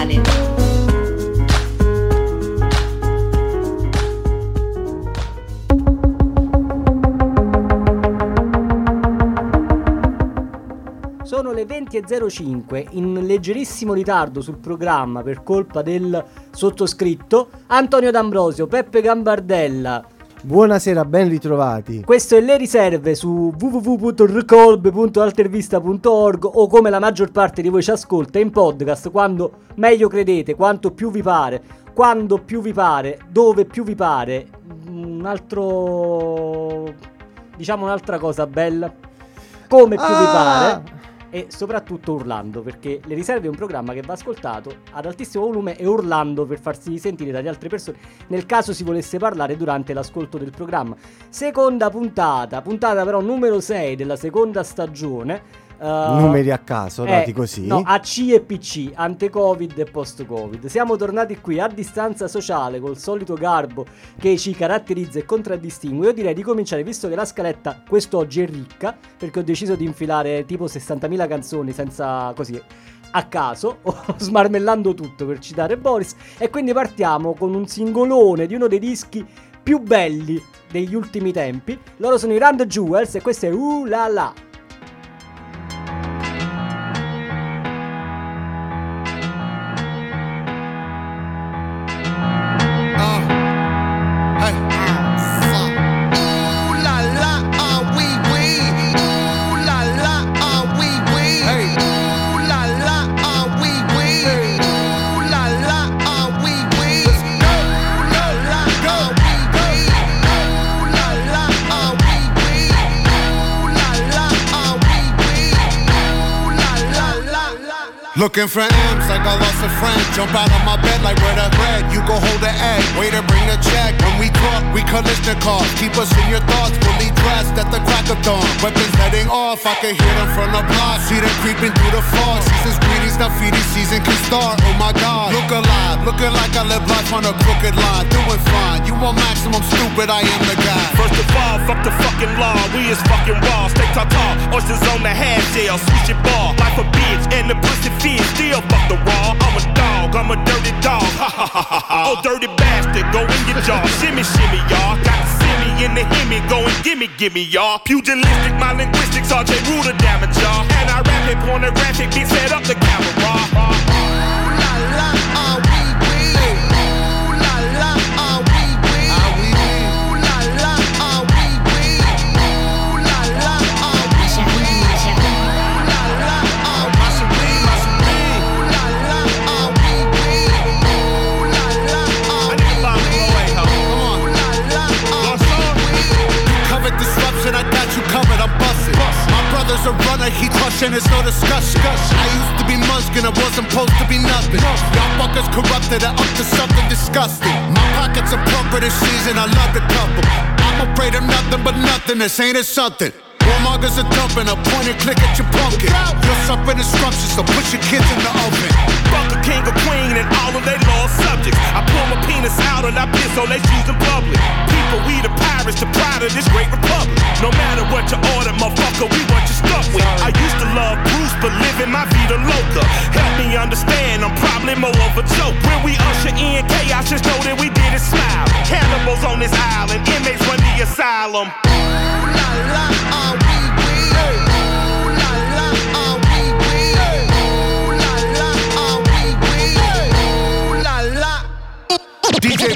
italiane. Sono le 20.05, in leggerissimo ritardo sul programma per colpa del sottoscritto Antonio D'Ambrosio, Peppe Gambardella. Buonasera, ben ritrovati. Questo è Le Riserve su www.recolb.altervista.org o come la maggior parte di voi ci ascolta in podcast quando meglio credete, quanto più vi pare, quando più vi pare, dove più vi pare. Un'altra cosa bella, come più vi pare. E soprattutto urlando, perché Le Riserve è un programma che va ascoltato ad altissimo volume e urlando per farsi sentire dalle altre persone nel caso si volesse parlare durante l'ascolto del programma. Seconda puntata però numero 6 della seconda stagione. Numeri a caso, dati così? No, AC e PC, ante-Covid e post-Covid. Siamo tornati qui a distanza sociale col solito garbo che ci caratterizza e contraddistingue. Io direi di cominciare, visto che la scaletta quest'oggi è ricca, perché ho deciso di infilare tipo 60.000 canzoni senza così a caso, smarmellando tutto per citare Boris, e quindi partiamo con un singolone di uno dei dischi più belli degli ultimi tempi. Loro sono i Run the Jewels e questo è Ooh La La. Looking for M's like I lost a friend. Jump out of my bed like where the bread. You go hold the egg, waiter bring the check. When we talk, we Kalashnikov. Keep us in your thoughts, fully dressed at the crack of dawn. Weapons heading off, I can hear them from the block. See them creeping through the fog. Season's greetings, now feeding season can start. Oh my God, look alive, looking like I live life on a crooked line. Doing fine, you want maximum stupid, I am the guy. First of all, fuck the fucking law. We is fucking raw, stay tall. Oysters on the half shell, sushi bar. Life a bitch and the pussy fit. Still fuck the raw, I'm a dog, I'm a dirty dog. Ha ha ha ha ha. Oh dirty bastard, go in your jaw. Shimmy shimmy y'all, got the simmy in the himmy. Go and gimme y'all. Pugilistic, my linguistics, RJ Ruder damage y'all. And I rap it, pornographic, bitch set up the camera. Ooh la la, ah wee wee. Ooh la la, ah wee wee. Ooh la la, ah wee wee. Ooh la la, ah wee wee. Ooh la la, ah wee wee. Disruption, I got you covered, I'm busted. My brother's a runner, he crushing, it's no discussion. I used to be Munchkin, I wasn't supposed to be nothing. Y'all fuckers corrupted and up to something disgusting. My pockets are plumper this season, I love the couple. I'm afraid of nothing but nothing, this ain't it something. Warmongers are dumping, a point and click at your pumpkin. You're suffering instructions, so put your kids in the oven. Fuck a king or queen and all of they lost subjects. I pull my penis out and I piss on they shoes in public. People, we the pirates, the pride of this great republic. No matter what you order, motherfucker, we what you stuck with. I used to love Bruce, but living my vida loca. Help me understand, I'm probably more of a joke. When we usher in chaos, just know that we did it smile. Cannibals on this island, inmates run the asylum. Ooh la la, ah wee wee. Ooh la la, ah wee wee. Ooh la la, ah wee wee. Ooh la la. DJ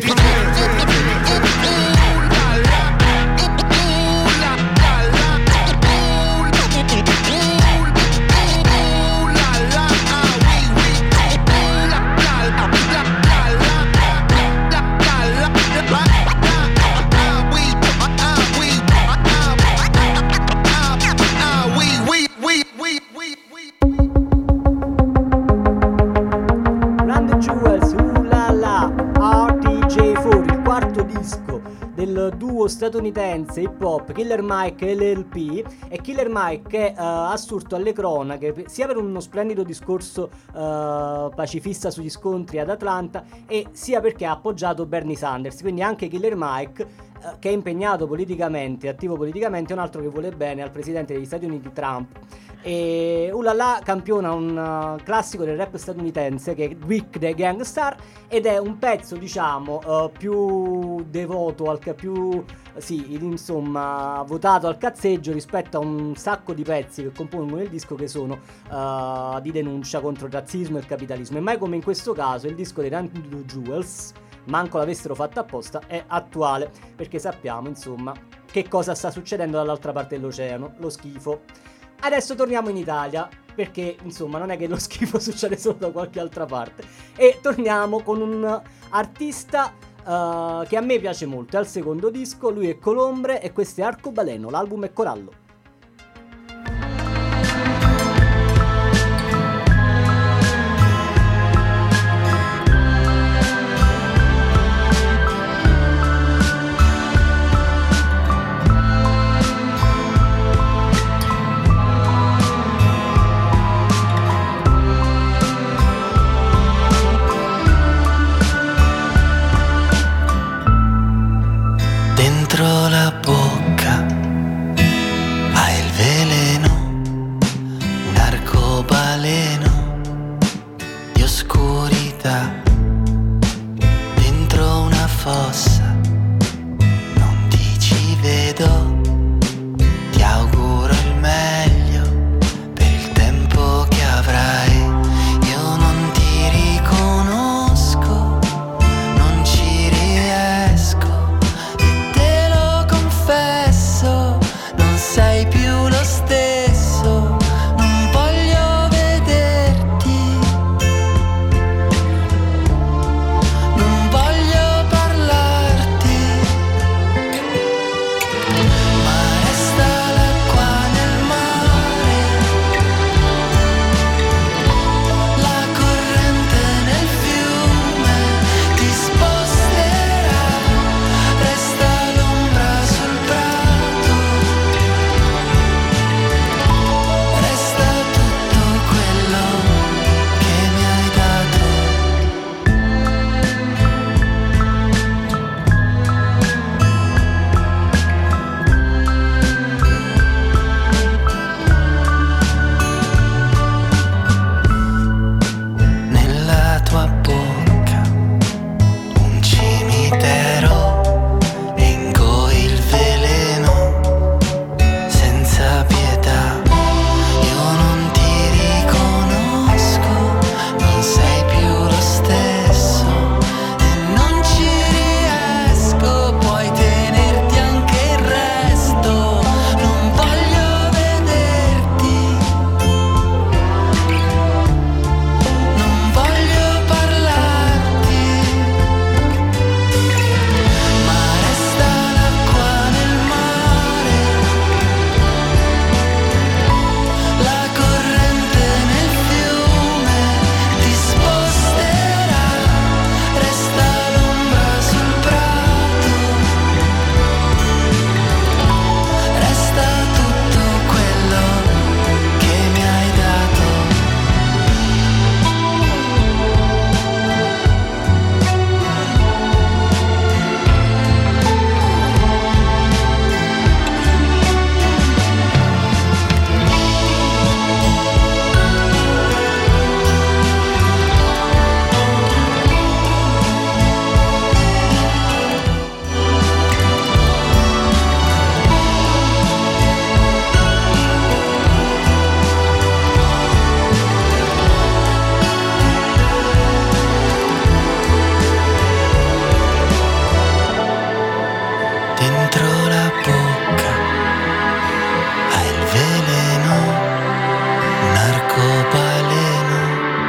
del duo statunitense hip hop Killer Mike e LLP. E Killer Mike è assurto alle cronache sia per uno splendido discorso pacifista sugli scontri ad Atlanta, e sia perché ha appoggiato Bernie Sanders. Quindi anche Killer Mike che è impegnato politicamente, attivo politicamente, un altro che vuole bene al presidente degli Stati Uniti Trump. E Ulala campiona un classico del rap statunitense che è Rick the Gangstar, ed è un pezzo, diciamo, più devoto al insomma, votato al cazzeggio rispetto a un sacco di pezzi che compongono il disco, che sono di denuncia contro il razzismo e il capitalismo. E mai come in questo caso il disco dei Run to Jewels, manco l'avessero fatto apposta, è attuale, perché sappiamo insomma che cosa sta succedendo dall'altra parte dell'oceano, lo schifo. Adesso torniamo in Italia, perché insomma non è che lo schifo succede solo da qualche altra parte, e torniamo con un artista che a me piace molto, è al secondo disco, lui è Colombre e questo è Arcobaleno, l'album è Corallo. Dentro la bocca hai il veleno, un arcobaleno di oscurità. Dentro una fossa non ti ci vedo, ti auguro il meglio per il tempo che avrai. Io non ti riconosco, non ci riesco, non sei più lo stesso, non voglio vederti, non voglio parlarti, ma resta l'acqua nel mare, la corrente nel fiume ti sposterà, resta l'ombra sul prato, resta tutto quello che mi hai dato. Nella tua bocca un cimitero, ingoi il veleno senza pietà. Io non ti riconosco, non sei più lo stesso e non ci riesco, puoi tenerti anche il resto, non voglio vederti, non voglio parlarti, ma resta l'acqua nel mare, la corrente nel fiume ti sposterà, resta l'ombra sul prato, resta tutto quello che mi hai dato. Dentro la bocca hai il veleno, un arcobaleno.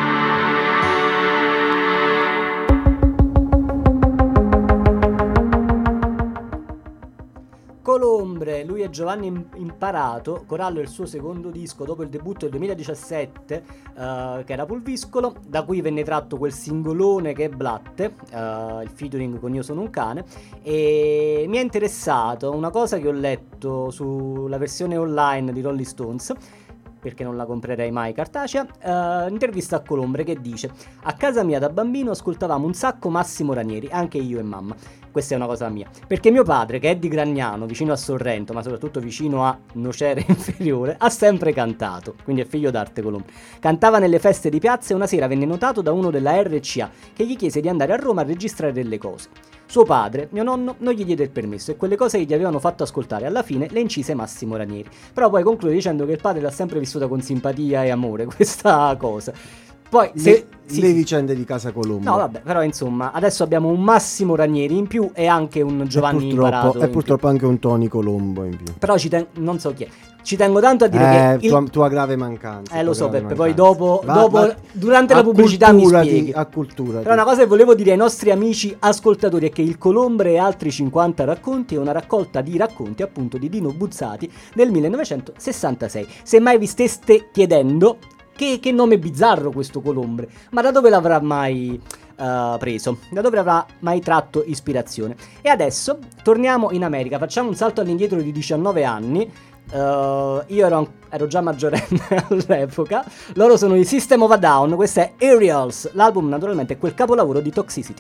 Colombre, lui è Giovanni Imparato, Corallo è il suo secondo disco dopo il debutto del 2017 che era Pulviscolo, da cui venne tratto quel singolone che è Blatte, il featuring con Io sono un cane, e mi è interessato una cosa che ho letto sulla versione online di Rolling Stones, perché non la comprerei mai cartacea. Intervista a Colombre che dice: a casa mia da bambino ascoltavamo un sacco Massimo Ranieri, anche io e mamma. Questa è una cosa mia, perché mio padre, che è di Gragnano, vicino a Sorrento, ma soprattutto vicino a Nocera Inferiore, ha sempre cantato, quindi è figlio d'arte Colombre. Cantava nelle feste di piazza e una sera venne notato da uno della RCA che gli chiese di andare a Roma a registrare delle cose. Suo padre, mio nonno, non gli diede il permesso e quelle cose che gli avevano fatto ascoltare alla fine le incise Massimo Ranieri. Però poi conclude dicendo che il padre l'ha sempre vissuta con simpatia e amore, questa cosa. Poi le vicende di Casa Colombo. No, vabbè, però insomma, adesso abbiamo un Massimo Ranieri in più e anche un Giovanni Imparato. E purtroppo anche un Toni Colombo in più. Però non so chi è. Ci tengo tanto a dire che tua grave mancanza. Lo so, Peppe, poi dopo durante la pubblicità mi spieghi. Acculturati. Però una cosa che volevo dire ai nostri amici ascoltatori è che il Colombre e altri 50 racconti è una raccolta di racconti appunto di Dino Buzzati del 1966. Se mai vi steste chiedendo che nome bizzarro questo Colombre, ma da dove l'avrà mai preso? Da dove avrà mai tratto ispirazione? E adesso torniamo in America, facciamo un salto all'indietro di 19 anni. Io ero già maggiorenne all'epoca. Loro sono i System of a Down. Questa è Aerials. L'album naturalmente è quel capolavoro di Toxicity.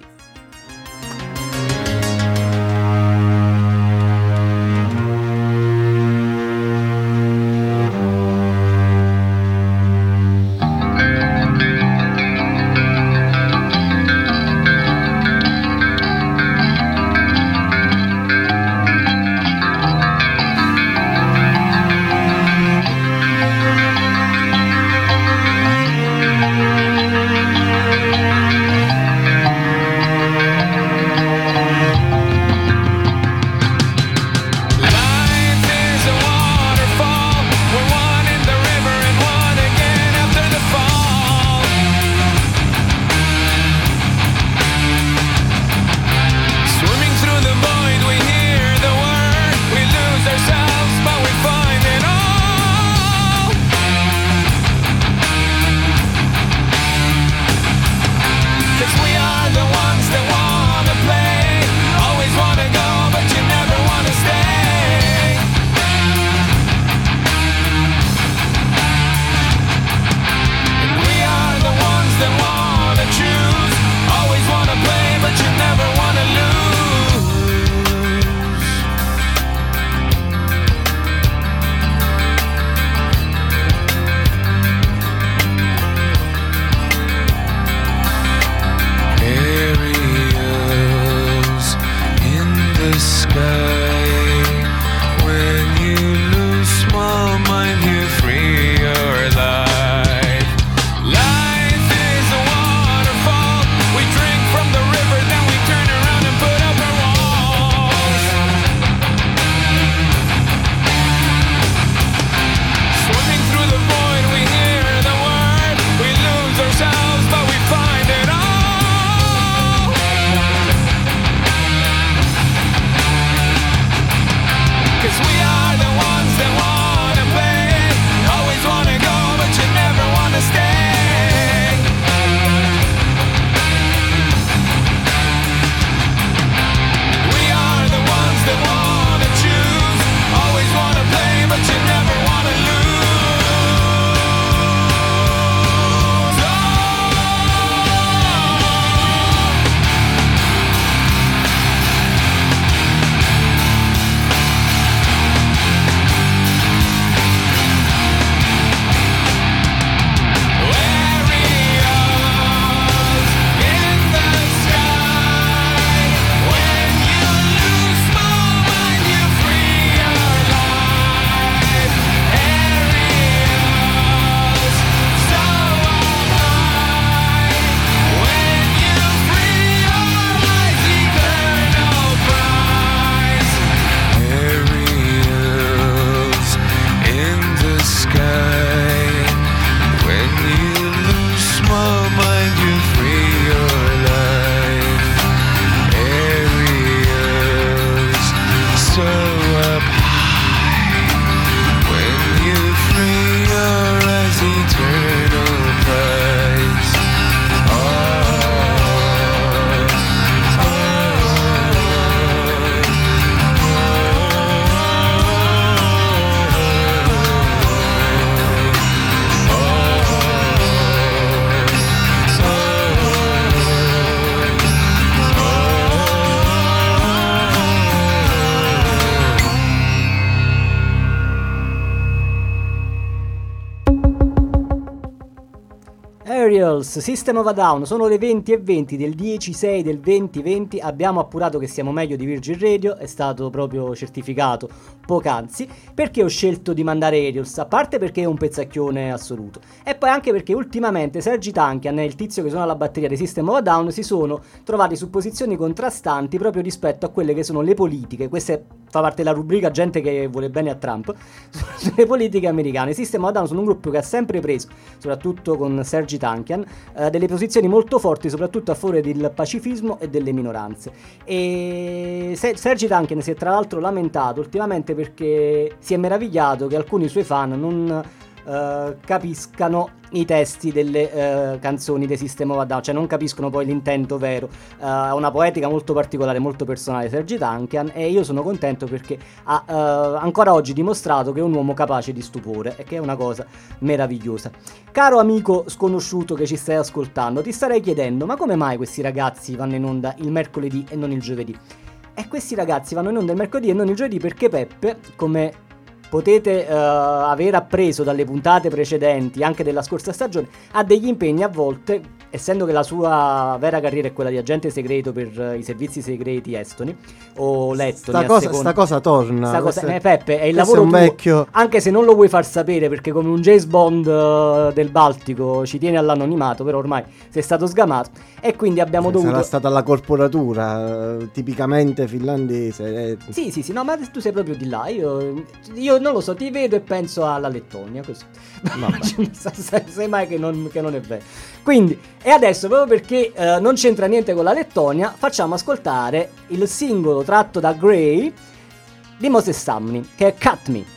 Aerials, System of a Down, sono le 20:20 del 10/6 del 2020, abbiamo appurato che siamo meglio di Virgin Radio, è stato proprio certificato poc'anzi, perché ho scelto di mandare Aerials, a parte perché è un pezzacchione assoluto, e poi anche perché ultimamente Sergi Tankian e il tizio che suona la batteria di System of a Down si sono trovati su posizioni contrastanti proprio rispetto a quelle che sono le politiche, questa fa parte della rubrica gente che vuole bene a Trump, sulle politiche americane. System of a Down sono un gruppo che ha sempre preso, soprattutto con Sergi Tankian, delle posizioni molto forti soprattutto a favore del pacifismo e delle minoranze, e Sergi Tankian si è tra l'altro lamentato ultimamente perché si è meravigliato che alcuni suoi fan non capiscano i testi delle canzoni dei System of a Down, cioè non capiscono poi l'intento vero. Ha una poetica molto particolare, molto personale Sergi Tankian, e io sono contento perché ha ancora oggi dimostrato che è un uomo capace di stupore, e che è una cosa meravigliosa. Caro amico sconosciuto che ci stai ascoltando, ti starei chiedendo: ma come mai questi ragazzi vanno in onda il mercoledì e non il giovedì? E questi ragazzi vanno in onda il mercoledì e non il giovedì perché Peppe, come potete aver appreso dalle puntate precedenti anche della scorsa stagione, ha degli impegni a volte, essendo che la sua vera carriera è quella di agente segreto per i servizi segreti estoni o lettoni. Sta cosa torna. Peppe, è il lavoro tuo, vecchio, anche se non lo vuoi far sapere perché come un James Bond del Baltico ci tiene all'anonimato, però ormai sei stato sgamato e quindi abbiamo dovuto... Sarà stata la corporatura tipicamente finlandese. Sì, no, ma tu sei proprio di là, io non lo so, ti vedo e penso alla Lettonia, così. Sai mai che non è vero. Quindi, e adesso, proprio perché non c'entra niente con la Lettonia, facciamo ascoltare il singolo tratto da Grey di Moses Sumney, che è Cut Me.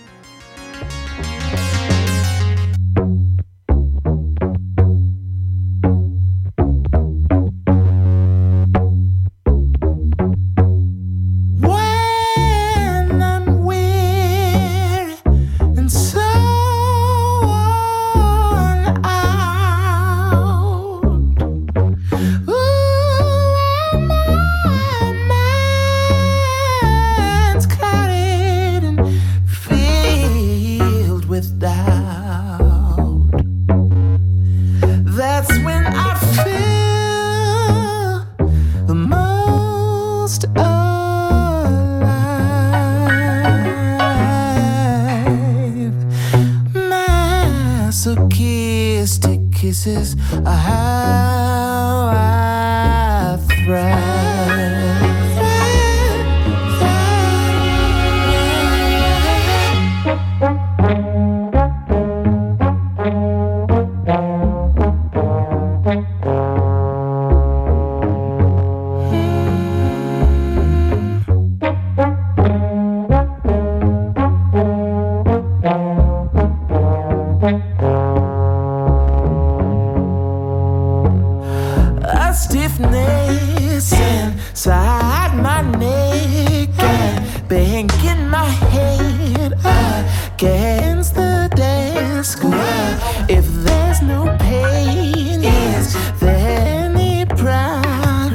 Kisses are how I stiffness inside my neck and banging my head against the desk. If there's no pain, is there any progress?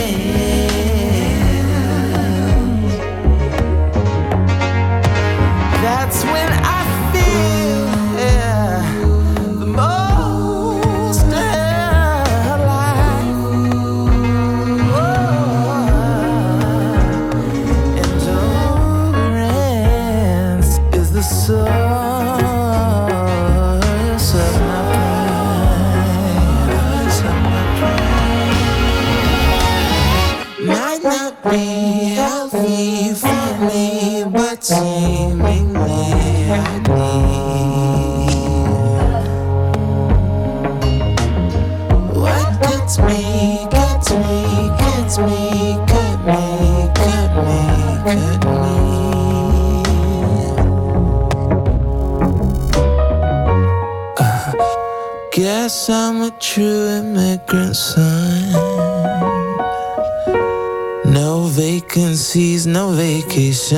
That's when I feel the most alive. Endurance is the source of my pain. Might not be healthy for me, but seemingly I need. What gets me, gets me, gets me, cut me, cut me, cut me. Guess I'm a true immigrant son. No vacancies, no vacations.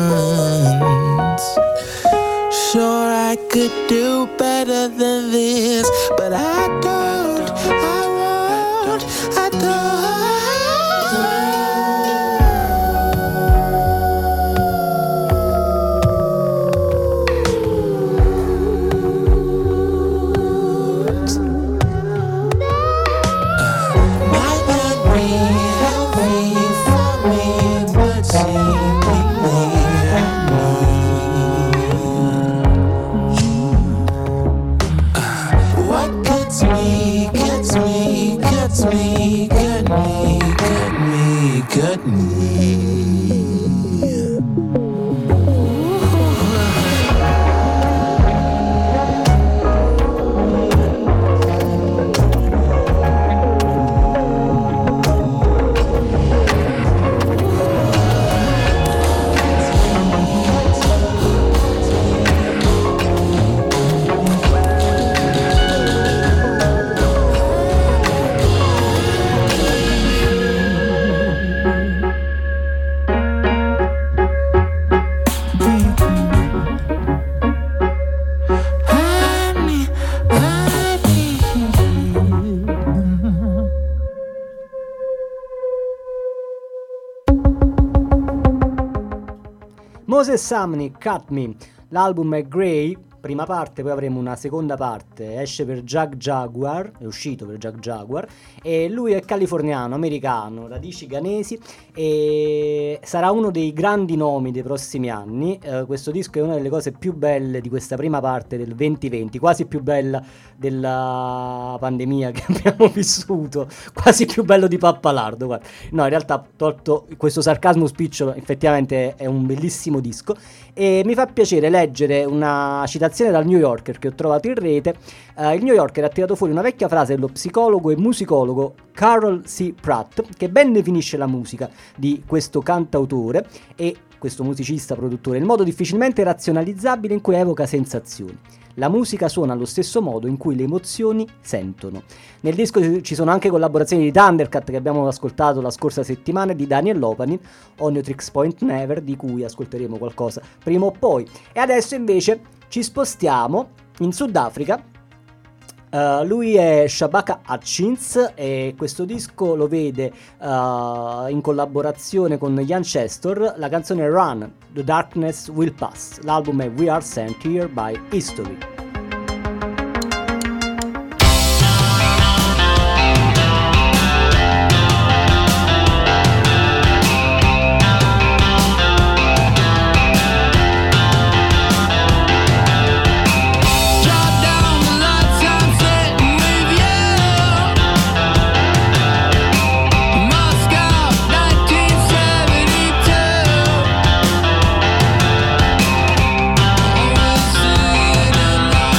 Sure, I could do better than this, but I don't, I won't, I don't. gets me, gets me, gets me, get me, get me, get me. Moses Sumney, Cut Me. L'album è Grey, prima parte, poi avremo una seconda parte, esce per Jack Jaguar, è uscito per Jack Jaguar, e lui è californiano, americano, radici ghanesi, e sarà uno dei grandi nomi dei prossimi anni. Questo disco è una delle cose più belle di questa prima parte del 2020, quasi più bella della pandemia che abbiamo vissuto, quasi più bello di Pappalardo, guarda. No, in realtà, tolto questo sarcasmo spicciolo, effettivamente è un bellissimo disco, e mi fa piacere leggere una citazione dal New Yorker che ho trovato in rete. Il New Yorker ha tirato fuori una vecchia frase dello psicologo e musicologo Carol C. Pratt, che ben definisce la musica di questo cantautore e questo musicista produttore: il modo difficilmente razionalizzabile in cui evoca sensazioni. La musica suona allo stesso modo in cui le emozioni sentono. Nel disco ci sono anche collaborazioni di Thundercat, che abbiamo ascoltato la scorsa settimana, di Daniel Lopanin, Oniotrix Point Never, di cui ascolteremo qualcosa prima o poi. E adesso invece ci spostiamo in Sudafrica. Lui è Shabaka Hutchins e questo disco lo vede in collaborazione con Ian Chester. La canzone è Run, The Darkness Will Pass. L'album è We Are Sent Here by History. Always singing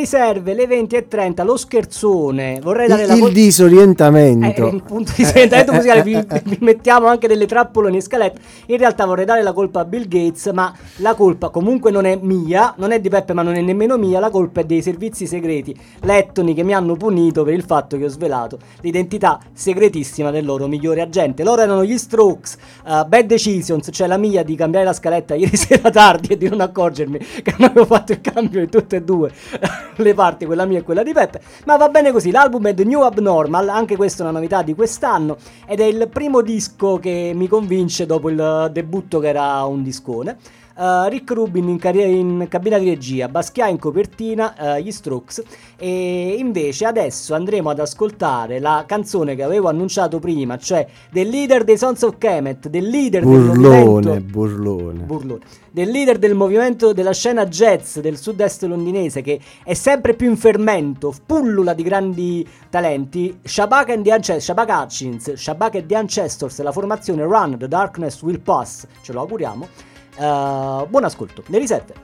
serve le 20:30 lo scherzone. Vorrei dare il disorientamento. Il punto di disorientamento musicale. Vi mettiamo anche delle trappole in scaletta. In realtà vorrei dare la colpa a Bill Gates, ma la colpa comunque non è mia, non è di Peppe, ma non è nemmeno mia. La colpa è dei servizi segreti lettoni che mi hanno punito per il fatto che ho svelato l'identità segretissima del loro migliore agente. Loro erano gli Strokes. Bad Decisions, cioè la mia di cambiare la scaletta ieri sera tardi e di non accorgermi che non avevo fatto il cambio in tutte e due le parti, quella mia e quella di Peppe, ma va bene così. L'album è The New Abnormal, anche questa è una novità di quest'anno ed è il primo disco che mi convince dopo il debutto che era un discone. Rick Rubin in cabina di regia, Basquiat in copertina, gli Strokes. E invece adesso andremo ad ascoltare la canzone che avevo annunciato prima, cioè del leader dei Sons of Kemet, del leader del movimento Burlone, del leader del movimento della scena jazz del sud-est londinese, che è sempre più in fermento, pullula di grandi talenti. Shabaka e The Ancestors, la formazione Run, The Darkness Will Pass, ce lo auguriamo. Buon ascolto, le risette.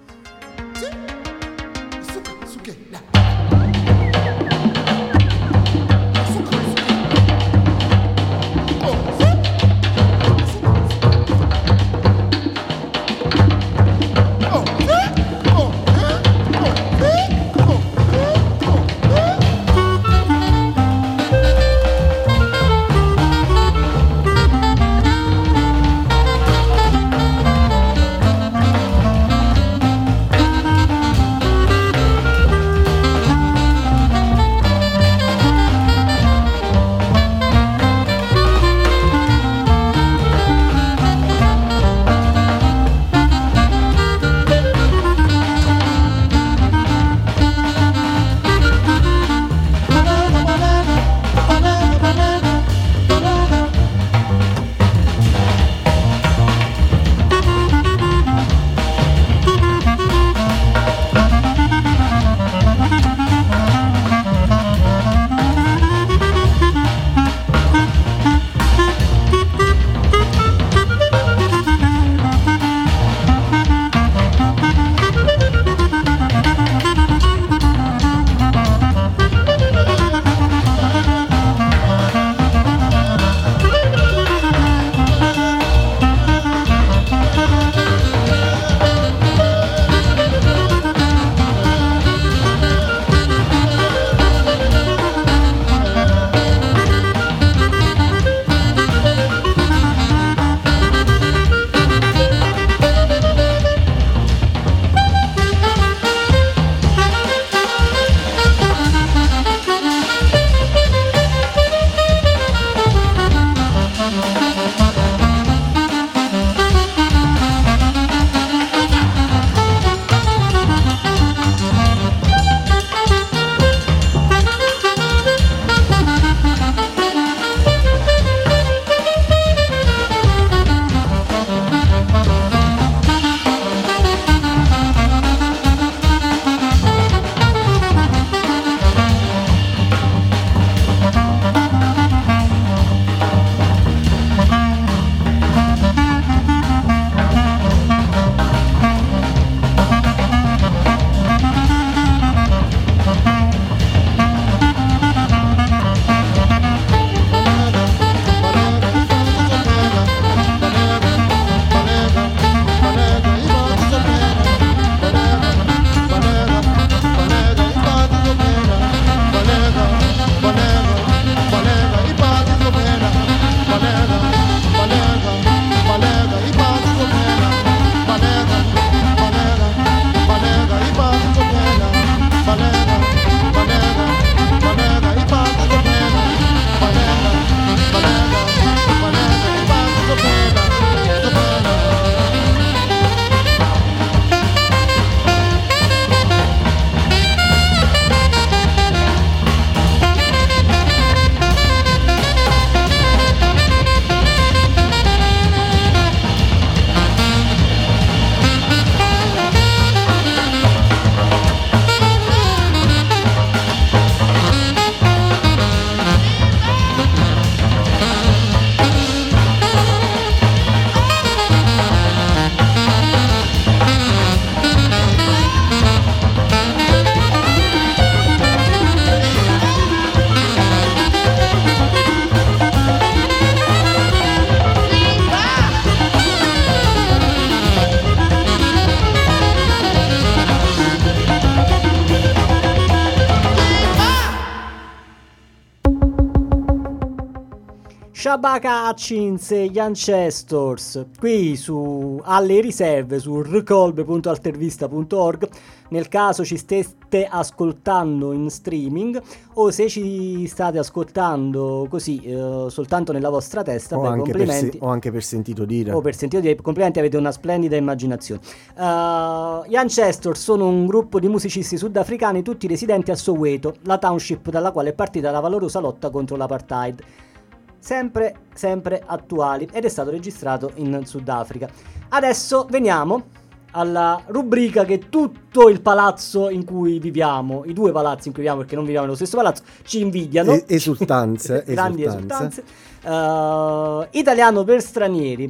Shabaka Hutchins e gli Ancestors, qui alle riserve su rcolbe.altervista.org, nel caso ci steste ascoltando in streaming o se ci state ascoltando così soltanto nella vostra testa, beh, complimenti. O anche per sentito dire. O per sentito dire, complimenti, avete una splendida immaginazione. Gli Ancestors sono un gruppo di musicisti sudafricani, tutti residenti a Soweto, la township dalla quale è partita la valorosa lotta contro l'apartheid. Sempre attuali, ed è stato registrato in Sudafrica. Adesso veniamo alla rubrica che tutto il palazzo in cui viviamo, i due palazzi in cui viviamo, perché non viviamo nello stesso palazzo, ci invidiano. Esultanze. Grandi esultanze. Italiano per stranieri.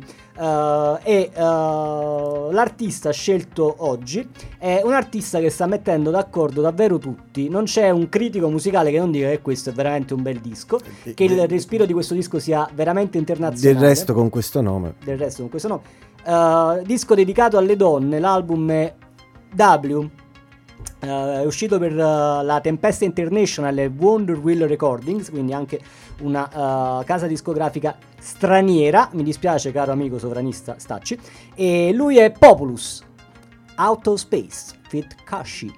L'artista scelto oggi è un artista che sta mettendo d'accordo davvero tutti. Non c'è un critico musicale che non dica che questo è veramente un bel disco, che il respiro di questo disco sia veramente internazionale. Del resto con questo nome. Disco dedicato alle donne. L'album è W, è uscito per la Tempesta International e Wonder Wheel Recordings, quindi anche una casa discografica straniera. Mi dispiace, caro amico sovranista Stacci. E lui è Populus, Out of Space feat. Kashi.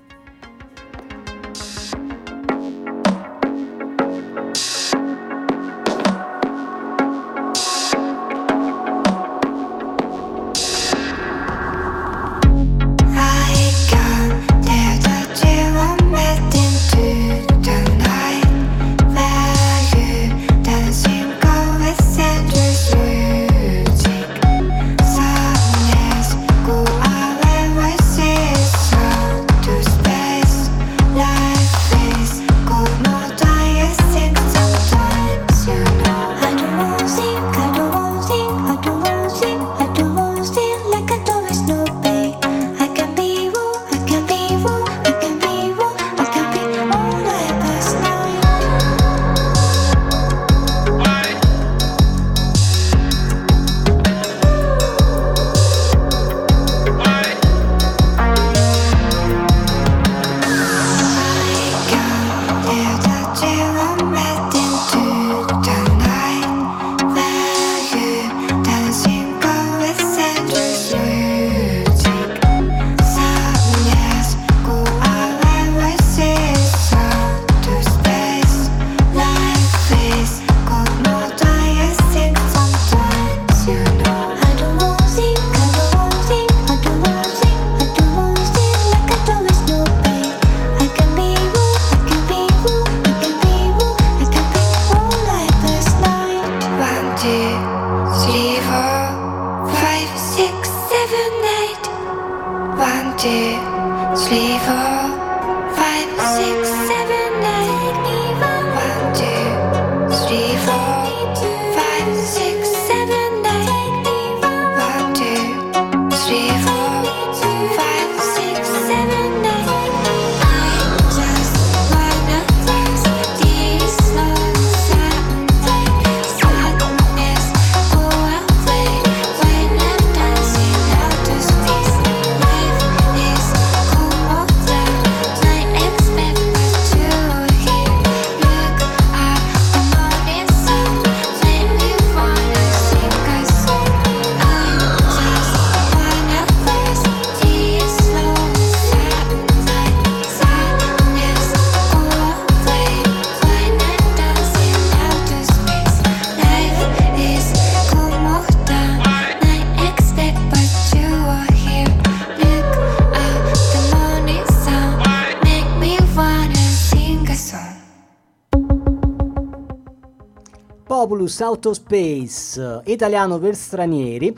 Populus, Out of Space, italiano per stranieri.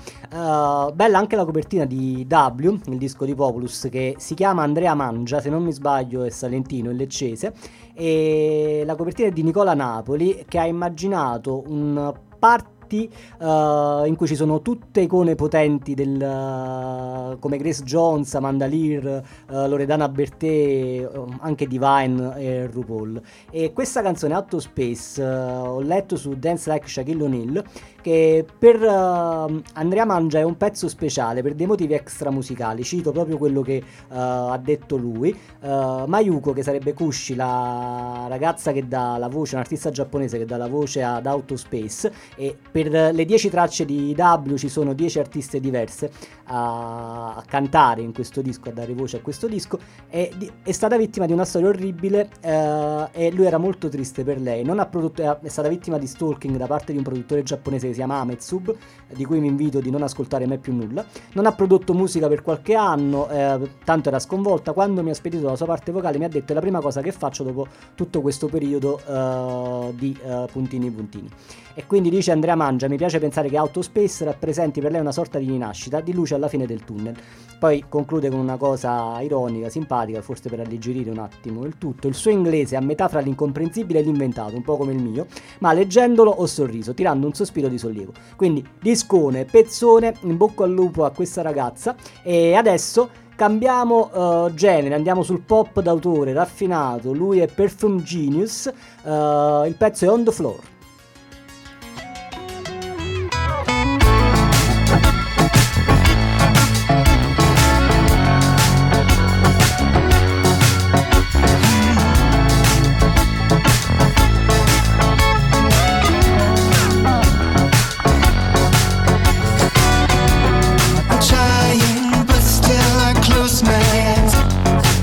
Bella anche la copertina di W, il disco di Populus, che si chiama Andrea Mangia, se non mi sbaglio è salentino, è leccese, e la copertina è di Nicola Napoli, che ha immaginato un party party in cui ci sono tutte icone potenti come Grace Jones, Amanda Lear, Loredana Bertè, anche Divine e RuPaul. E questa canzone Out of Space ho letto su Dance Like Shaquille O'Neal che per Andrea Mangia è un pezzo speciale per dei motivi extra musicali. Cito proprio quello che ha detto lui. Mayuko, che sarebbe Kushi, la ragazza che dà la voce, un'artista giapponese che dà la voce ad Out of Space, e per le 10 tracce di W ci sono 10 artiste diverse a cantare in questo disco, a dare voce a questo disco. È stata vittima di una storia orribile e lui era molto triste per lei. È stata vittima di stalking da parte di un produttore giapponese che si chiama Ametsub, di cui vi invito di non ascoltare mai più nulla. Non ha prodotto musica per qualche anno, tanto era sconvolta. Quando mi ha spedito la sua parte vocale mi ha detto: è la prima cosa che faccio dopo tutto questo periodo di puntini. E quindi dice Andrea Mangia: mi piace pensare che Out of Space rappresenti per lei una sorta di rinascita, di luce alla fine del tunnel. Poi conclude con una cosa ironica, simpatica, forse per alleggerire un attimo il tutto: il suo inglese è a metà fra l'incomprensibile e l'inventato, un po' come il mio, ma leggendolo ho sorriso, tirando un sospiro di sollievo. Quindi discone, pezzone, in bocca al lupo a questa ragazza. E adesso cambiamo genere, andiamo sul pop d'autore raffinato. Lui è Perfume Genius, il pezzo è On the Floor.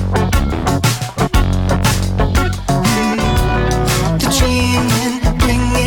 Bring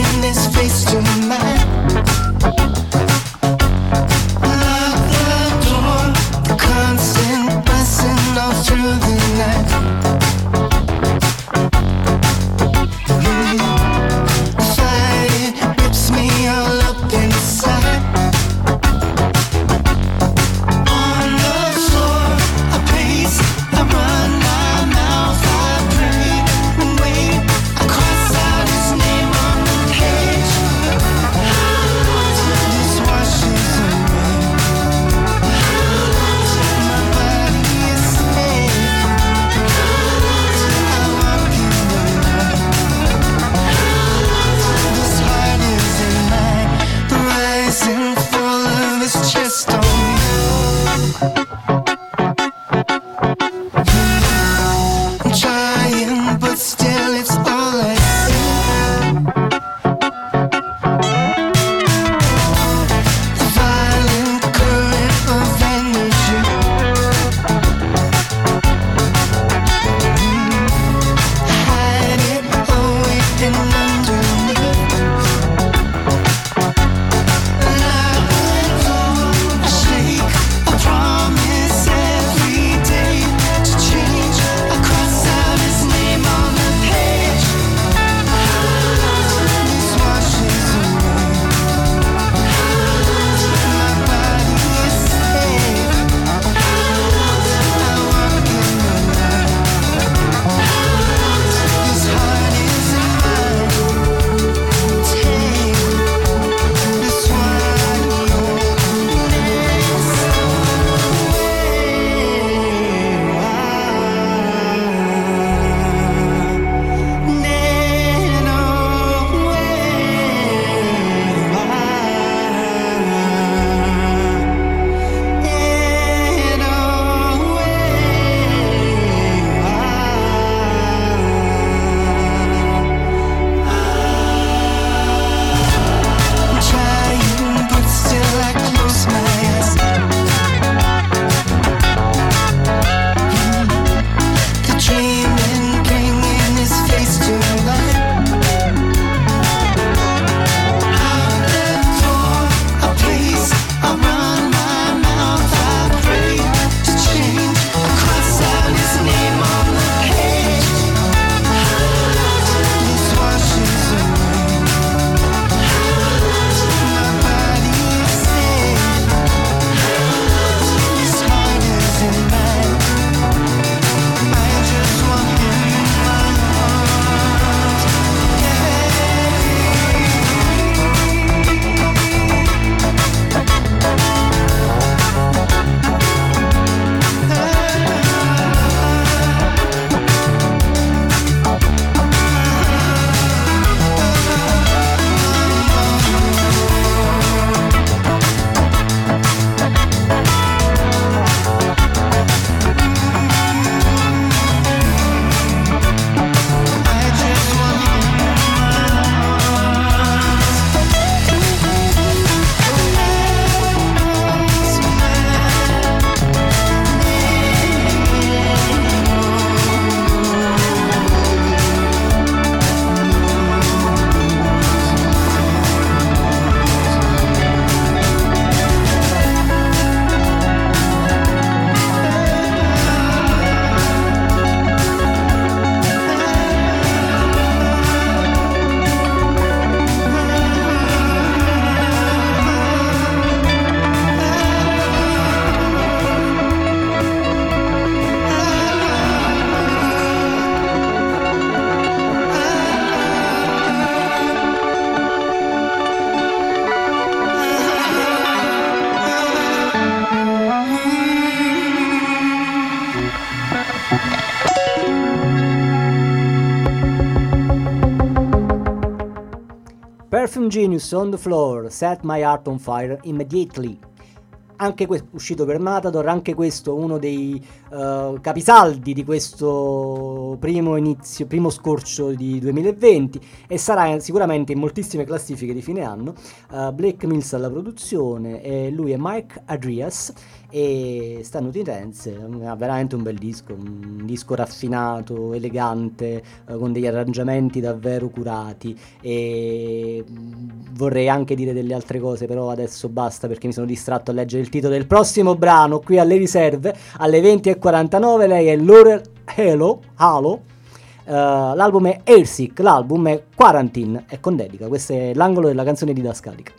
Perfume Genius on the Floor, Set My Heart on Fire Immediately. Anche uscito per Matador, anche questo uno dei capisaldi di questo primo scorcio di 2020, e sarà sicuramente in moltissime classifiche di fine anno. Blake Mills alla produzione, e lui è Mike Adrias, e statunitense. Ha veramente un bel disco, un disco raffinato, elegante, con degli arrangiamenti davvero curati, e vorrei anche dire delle altre cose, però adesso basta perché mi sono distratto a leggere il titolo del prossimo brano qui alle riserve alle 20:49. Lei è Laurel Halo. L'album è Airsick, l'album è Quarantine, è con dedica. Questo è l'angolo della canzone didascalica.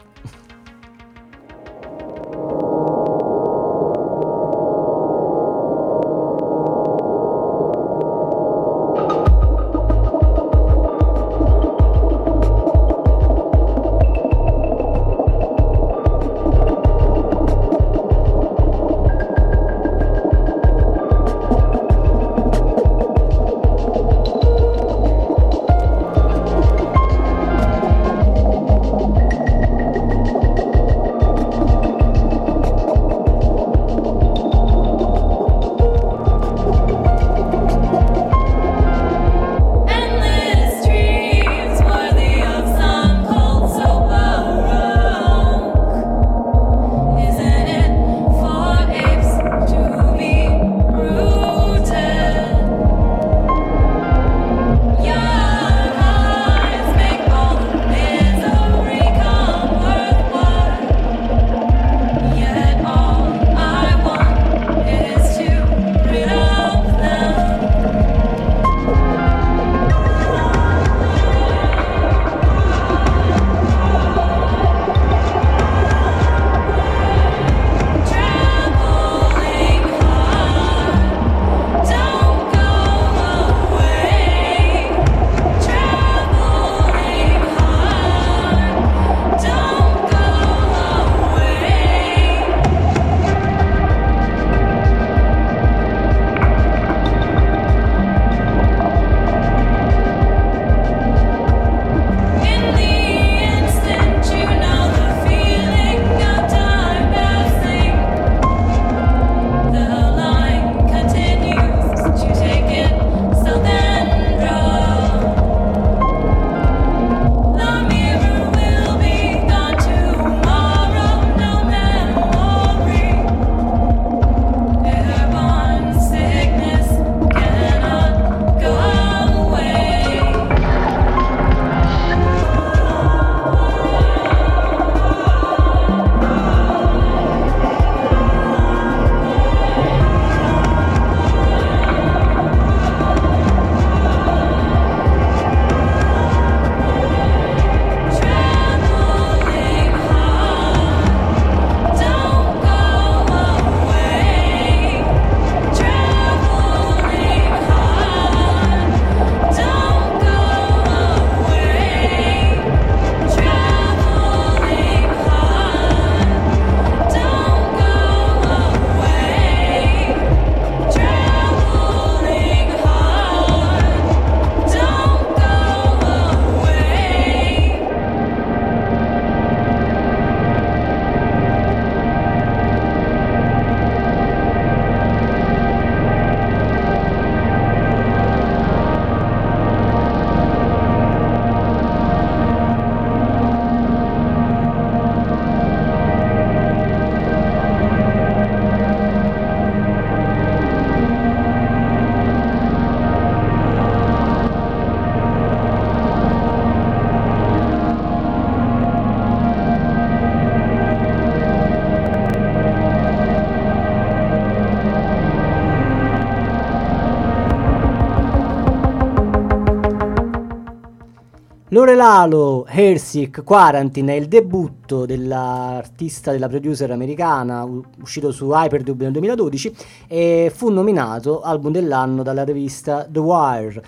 Laurel Airsick, Quarantine è il debutto dell'artista, della producer americana, uscito su Hyperdub nel 2012, e fu nominato album dell'anno dalla rivista The Wire.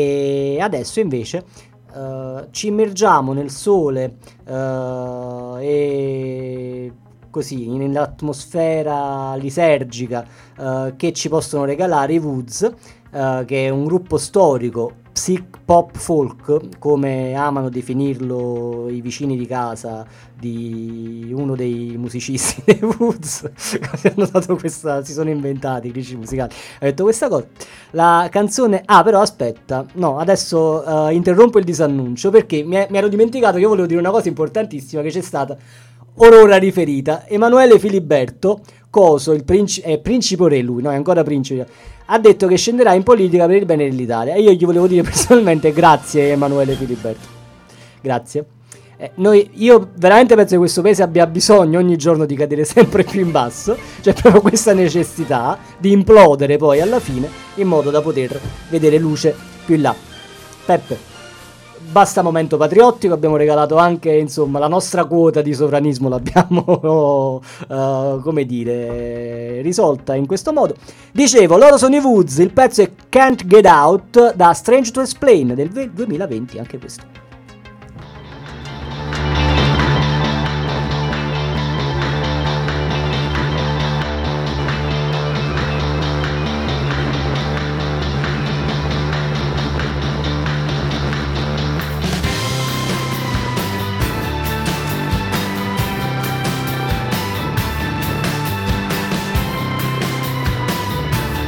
E adesso invece ci immergiamo nel sole e così nell'atmosfera lisergica che ci possono regalare i Woods, che è un gruppo storico psych pop folk, come amano definirlo i vicini di casa di uno dei musicisti dei Woods. Hanno dato questa, si sono inventati i critici musicali, ha detto questa cosa. La canzone, però aspetta, no, adesso interrompo il disannuncio, perché mi ero dimenticato che io volevo dire una cosa importantissima che c'è stata orora riferita. Emanuele Filiberto Coso, il principe re, lui, no, è ancora principe, ha detto che scenderà in politica per il bene dell'Italia, e io gli volevo dire personalmente grazie Emanuele Filiberto, grazie. Io veramente penso che questo paese abbia bisogno ogni giorno di cadere sempre più in basso, c'è proprio questa necessità di implodere poi alla fine, in modo da poter vedere luce più in là. Peppe, basta momento patriottico, abbiamo regalato anche, insomma, la nostra quota di sovranismo l'abbiamo come dire, risolta in questo modo. Dicevo, loro sono i Woods, il pezzo è Can't Get Out, da Strange to Explain del 2020, anche questo.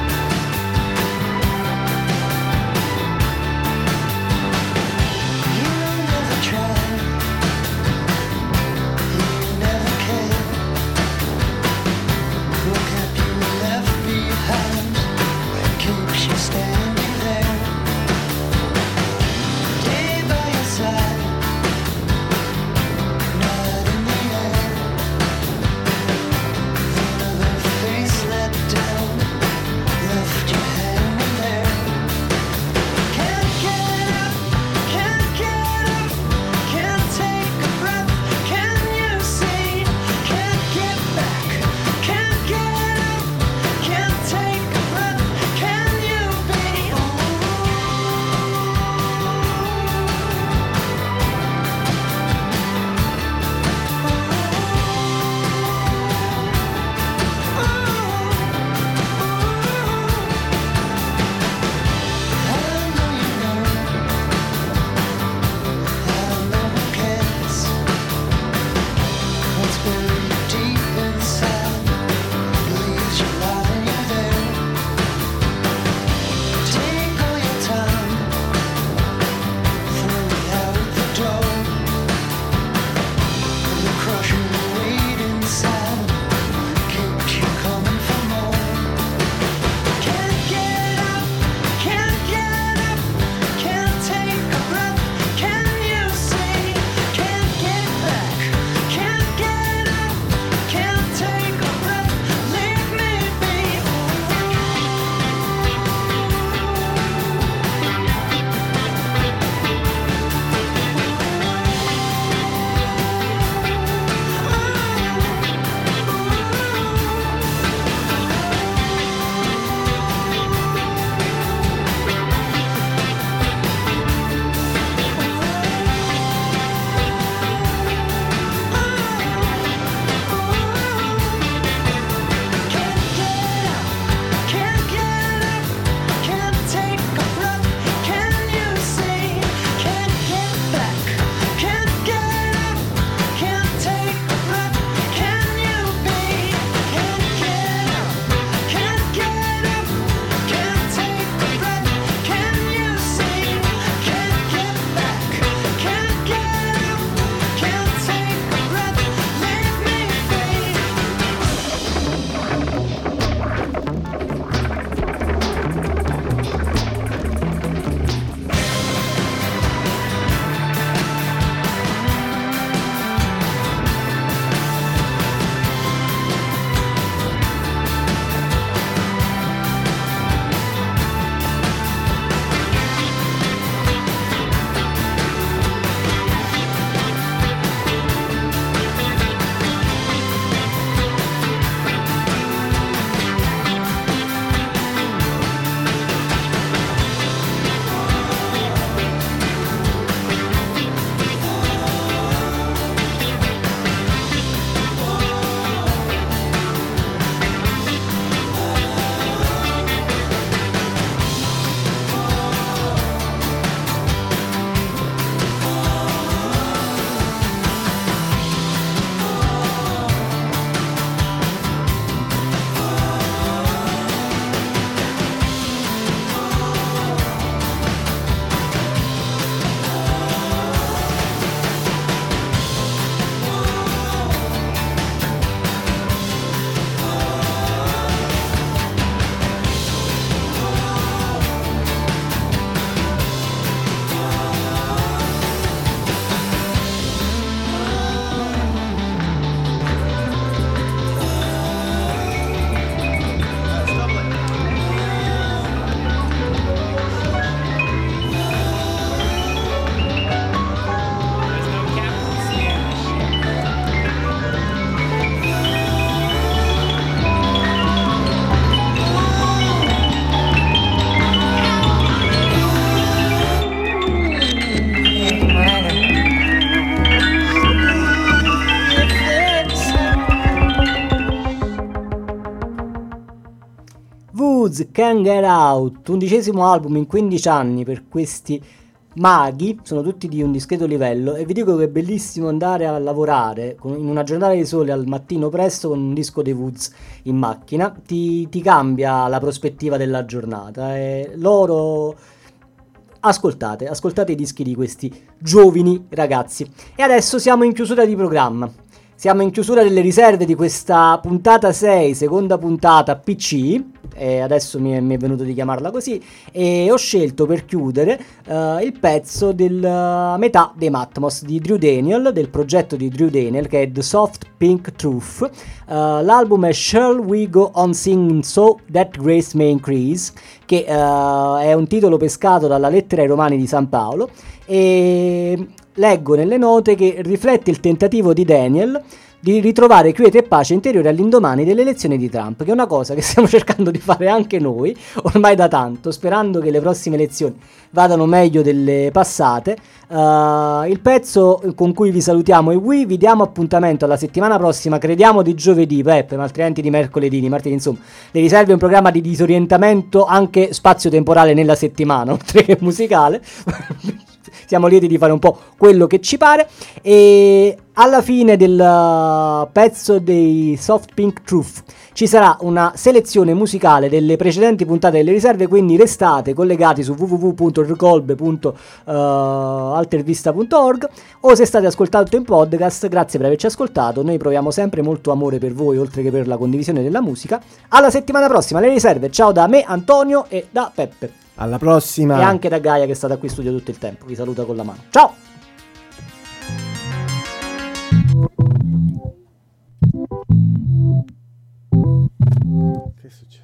You Woods, Can't Get Out, 11° album in 15 anni per questi maghi, sono tutti di un discreto livello, e vi dico che è bellissimo andare a lavorare in una giornata di sole al mattino presto con un disco dei Woods in macchina, ti cambia la prospettiva della giornata, e loro... Ascoltate i dischi di questi giovani ragazzi. E adesso siamo in chiusura di programma. Siamo in chiusura delle riserve di questa puntata 6, seconda puntata PC, e adesso mi è venuto di chiamarla così, e ho scelto per chiudere il pezzo del metà dei Matmos di Drew Daniel, del progetto di Drew Daniel, che è The Soft Pink Truth. L'album è Shall We Go On Singing So That Grace May Increase, che è un titolo pescato dalla lettera ai Romani di San Paolo, e leggo nelle note che riflette il tentativo di Daniel di ritrovare quiete e pace interiore all'indomani delle elezioni di Trump, che è una cosa che stiamo cercando di fare anche noi ormai da tanto, sperando che le prossime elezioni vadano meglio delle passate. Il pezzo con cui vi salutiamo è We, vi diamo appuntamento alla settimana prossima, crediamo di giovedì, Peppe, ma altrimenti di mercoledì, di martedì, insomma, le riserve un programma di disorientamento anche spazio-temporale nella settimana, oltre che musicale. Siamo lieti di fare un po' quello che ci pare, e alla fine del pezzo dei Soft Pink Truth ci sarà una selezione musicale delle precedenti puntate delle riserve, quindi restate collegati su www.recolbe.altervista.org, o se state ascoltando in podcast, grazie per averci ascoltato, noi proviamo sempre molto amore per voi oltre che per la condivisione della musica. Alla settimana prossima, le riserve, ciao da me Antonio e da Peppe. Alla prossima. E anche da Gaia che è stata qui in studio tutto il tempo. Vi saluta con la mano. Ciao! Che è successo?